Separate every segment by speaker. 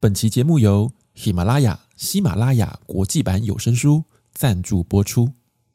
Speaker 1: 本期节目由喜马拉雅国际版有声书赞助播出。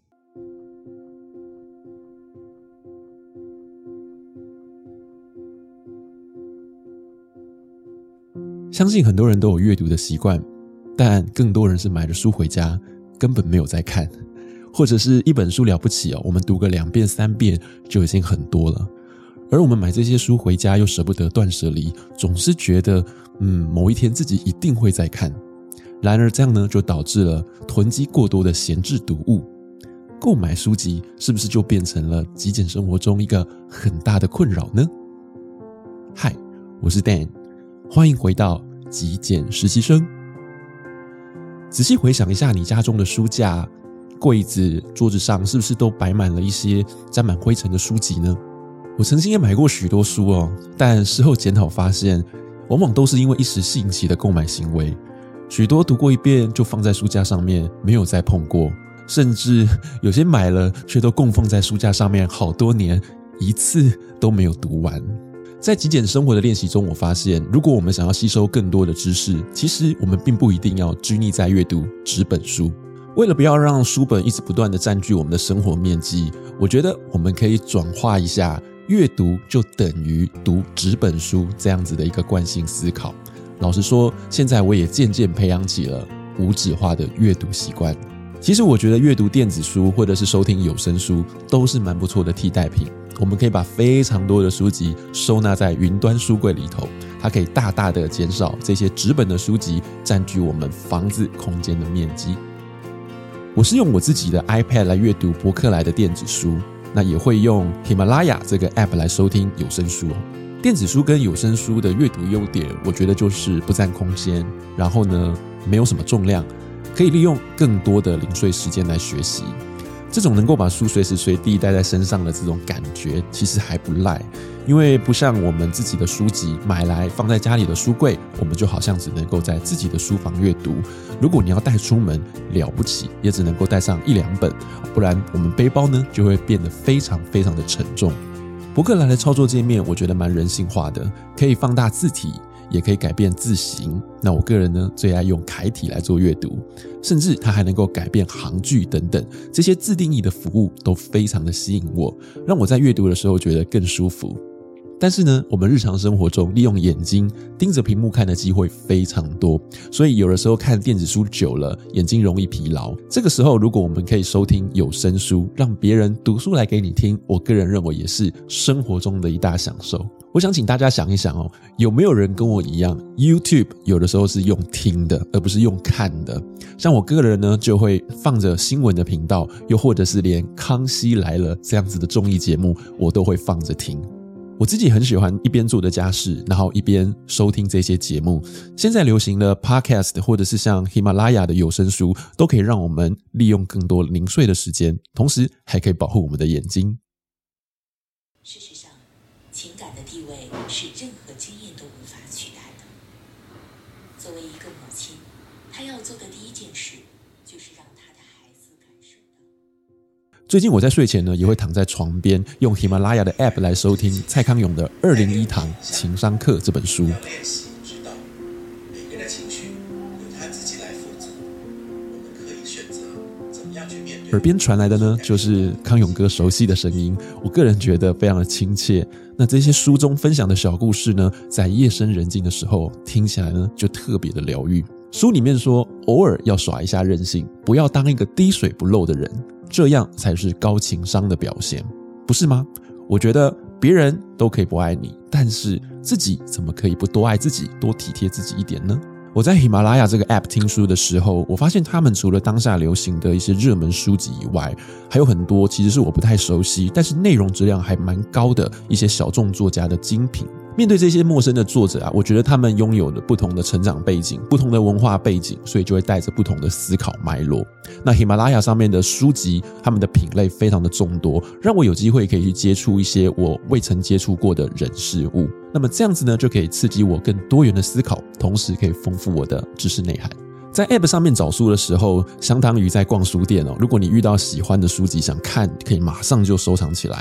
Speaker 1: 相信很多人都有阅读的习惯，但更多人是买了书回家根本没有在看，或者是一本书了不起我们读个2遍3遍就已经很多了。而我们买这些书回家又舍不得断舍离，总是觉得某一天自己一定会再看。然而这样呢，就导致了囤积过多的闲置读物。购买书籍是不是就变成了极简生活中一个很大的困扰呢？嗨，我是 Dan， 欢迎回到极简实习生。仔细回想一下你家中的书架、柜子、桌子上是不是都摆满了一些沾满灰尘的书籍呢？我曾经也买过许多书但事后检讨发现，往往都是因为一时兴起的购买行为，许多读过一遍就放在书架上面，没有再碰过，甚至有些买了却都供放在书架上面好多年，一次都没有读完。在极简生活的练习中，我发现如果我们想要吸收更多的知识，其实我们并不一定要拘泥在阅读纸本书。为了不要让书本一直不断的占据我们的生活面积，我觉得我们可以转化一下阅读就等于读纸本书这样子的一个惯性思考。老实说，现在我也渐渐培养起了无纸化的阅读习惯。其实我觉得阅读电子书或者是收听有声书都是蛮不错的替代品。我们可以把非常多的书籍收纳在云端书柜里头，它可以大大的减少这些纸本的书籍占据我们房子空间的面积。我是用我自己的 iPad 来阅读博客来的电子书，那也会用喜马拉雅这个 App 来收听有声书电子书跟有声书的阅读优点，我觉得就是不占空间，然后呢，没有什么重量，可以利用更多的零碎时间来学习。这种能够把书随时随地带在身上的这种感觉其实还不赖，因为不像我们自己的书籍买来放在家里的书柜，我们就好像只能够在自己的书房阅读。如果你要带出门，了不起也只能够带上1-2本，不然我们背包呢就会变得非常非常的沉重。博客来的操作界面我觉得蛮人性化的，可以放大字体，也可以改变字形。那我个人呢最爱用楷体来做阅读，甚至它还能够改变行距等等，这些自定义的服务都非常的吸引我，让我在阅读的时候觉得更舒服。但是呢，我们日常生活中利用眼睛盯着屏幕看的机会非常多，所以有的时候看电子书久了，眼睛容易疲劳。这个时候如果我们可以收听有声书，让别人读书来给你听，我个人认为也是生活中的一大享受。我想请大家想一想有没有人跟我一样 YouTube 有的时候是用听的而不是用看的。像我个人呢就会放着新闻的频道，又或者是连康熙来了这样子的综艺节目我都会放着听。我自己很喜欢一边做的家事，然后一边收听这些节目。现在流行的 Podcast 或者是像喜马拉雅的有声书，都可以让我们利用更多零碎的时间，同时还可以保护我们的眼睛。
Speaker 2: 事实上，情感的地位是任何经验都无法取代的。作为一个母亲，她要做的第一件事就是让她的孩子感受到。
Speaker 1: 最近我在睡前呢，也会躺在床边，用喜马拉雅的 App 来收听蔡康永的《201堂情商课》这本书。
Speaker 3: 练习知道，每个人的情绪由他自己来负责，我们可以选择怎么样去面对。
Speaker 1: 耳边传来的呢，就是康永哥熟悉的声音，我个人觉得非常的亲切。那这些书中分享的小故事呢，在夜深人静的时候听起来呢，就特别的疗愈。书里面说，偶尔要耍一下任性，不要当一个滴水不漏的人，这样才是高情商的表现，不是吗？我觉得别人都可以不爱你，但是自己怎么可以不多爱自己，多体贴自己一点呢？我在喜马拉雅这个 App 听书的时候，我发现他们除了当下流行的一些热门书籍以外，还有很多其实是我不太熟悉，但是内容质量还蛮高的一些小众作家的精品。面对这些陌生的作者我觉得他们拥有了不同的成长背景，不同的文化背景，所以就会带着不同的思考脉络。那喜马拉雅上面的书籍，他们的品类非常的众多，让我有机会可以去接触一些我未曾接触过的人事物。那么这样子呢，就可以刺激我更多元的思考，同时可以丰富我的知识内涵。在 App 上面找书的时候，相当于在逛书店如果你遇到喜欢的书籍想看，可以马上就收藏起来。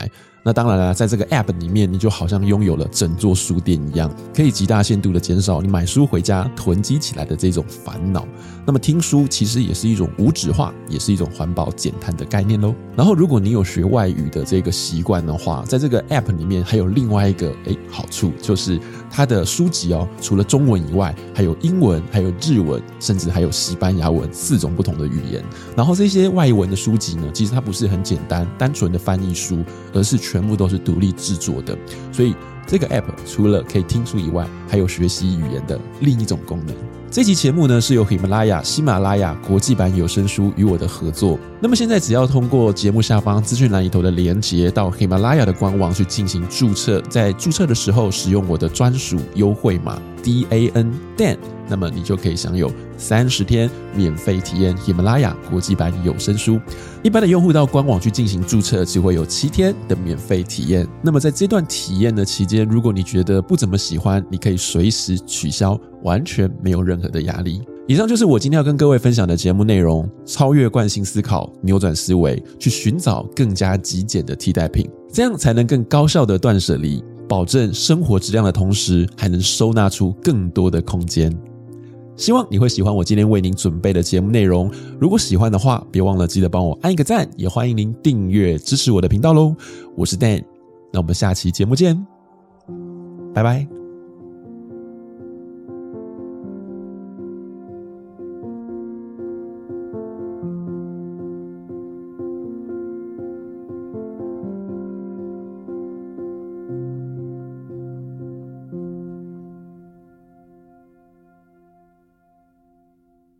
Speaker 1: 那当然啦，在这个 App 里面，你就好像拥有了整座书店一样，可以极大限度的减少你买书回家囤积起来的这种烦恼。那么听书其实也是一种无纸化，也是一种环保减碳的概念咯。然后如果你有学外语的这个习惯的话，在这个 App 里面还有另外一个好处，就是它的书籍除了中文以外，还有英文，还有日文，甚至还有西班牙文4种不同的语言。然后这些外文的书籍呢，其实它不是很简单纯的翻译书，而是全部都是独立制作的。所以这个 App 除了可以听书以外，还有学习语言的另一种功能。这期节目呢是由喜马拉雅国际版有声书与我的合作。那么现在只要通过节目下方资讯栏里头的连结到喜马拉雅的官网去进行注册，在注册的时候使用我的专属优惠码 DAN， 那么你就可以享有30天免费体验喜马拉雅国际版有声书。一般的用户到官网去进行注册，只会有7天的免费体验。那么在这段体验的期间，如果你觉得不怎么喜欢，你可以随时取消，完全没有任何的压力。以上就是我今天要跟各位分享的节目内容，超越惯性思考，扭转思维，去寻找更加极简的替代品，这样才能更高效的断舍离，保证生活质量的同时，还能收纳出更多的空间。希望你会喜欢我今天为您准备的节目内容，如果喜欢的话，别忘了记得帮我按一个赞，也欢迎您订阅支持我的频道咯。我是 Dan， 那我们下期节目见，拜拜。